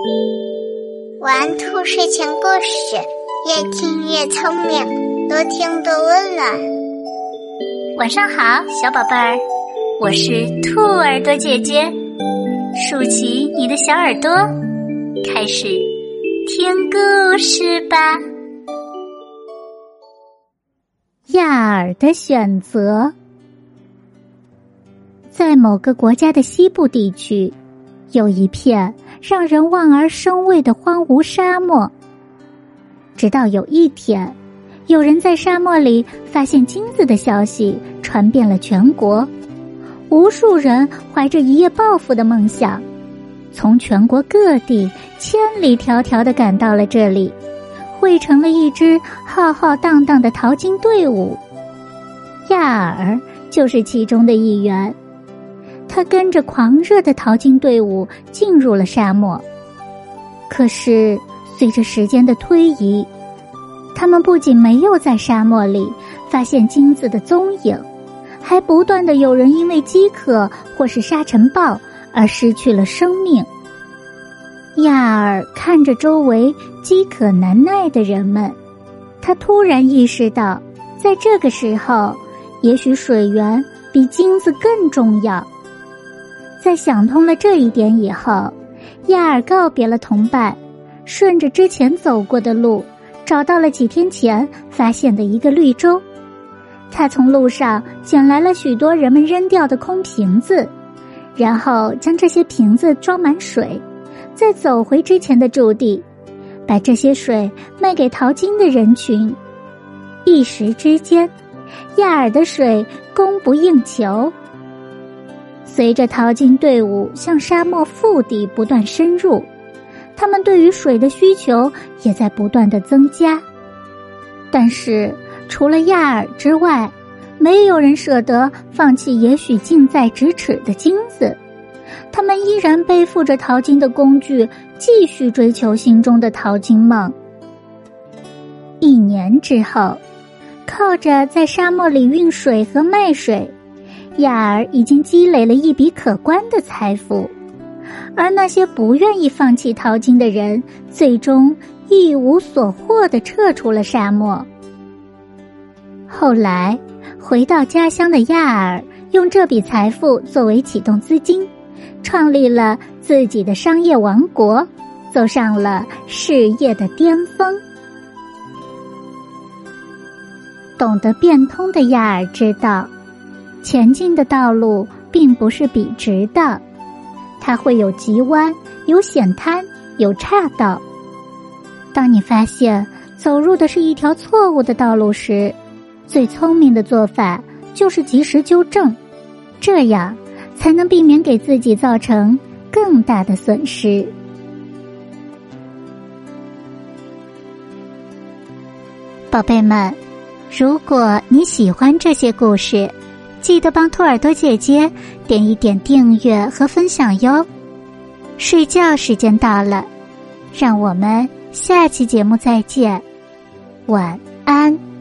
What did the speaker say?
玩兔睡前故事，越听越聪明，多听多温暖。 晚上好，小宝贝儿，我是兔耳朵姐姐，竖起你的小耳朵，开始听故事吧。 亚尔的选择。在某个国家的西部地区，有一片让人望而生畏的荒芜沙漠。直到有一天，有人在沙漠里发现金子的消息传遍了全国，无数人怀着一夜暴富的梦想，从全国各地千里迢迢地赶到了这里，汇成了一支浩浩荡荡的淘金队伍。亚尔就是其中的一员，他跟着狂热的淘金队伍进入了沙漠。可是随着时间的推移，他们不仅没有在沙漠里发现金子的踪影，还不断的有人因为饥渴或是沙尘暴而失去了生命。亚尔看着周围饥渴难耐的人们，他突然意识到，在这个时候，也许水源比金子更重要。在想通了这一点以后，亚尔告别了同伴，顺着之前走过的路，找到了几天前发现的一个绿洲。他从路上捡来了许多人们扔掉的空瓶子，然后将这些瓶子装满水，再走回之前的驻地，把这些水卖给淘金的人群。一时之间，亚尔的水供不应求。随着淘金队伍向沙漠腹地不断深入，他们对于水的需求也在不断的增加。但是除了亚尔之外，没有人舍得放弃也许近在咫尺的金子，他们依然背负着淘金的工具，继续追求心中的淘金梦。1年之后，靠着在沙漠里运水和卖水，亚尔已经积累了一笔可观的财富，而那些不愿意放弃淘金的人，最终一无所获地撤出了沙漠。后来回到家乡的亚尔，用这笔财富作为启动资金，创立了自己的商业王国，走上了事业的巅峰。懂得变通的亚尔知道，前进的道路并不是笔直的，它会有急弯，有险滩，有岔道。当你发现走入的是一条错误的道路时，最聪明的做法就是及时纠正，这样才能避免给自己造成更大的损失。宝贝们，如果你喜欢这些故事，记得帮兔耳朵姐姐点一点订阅和分享哟。睡觉时间到了，让我们下期节目再见，晚安。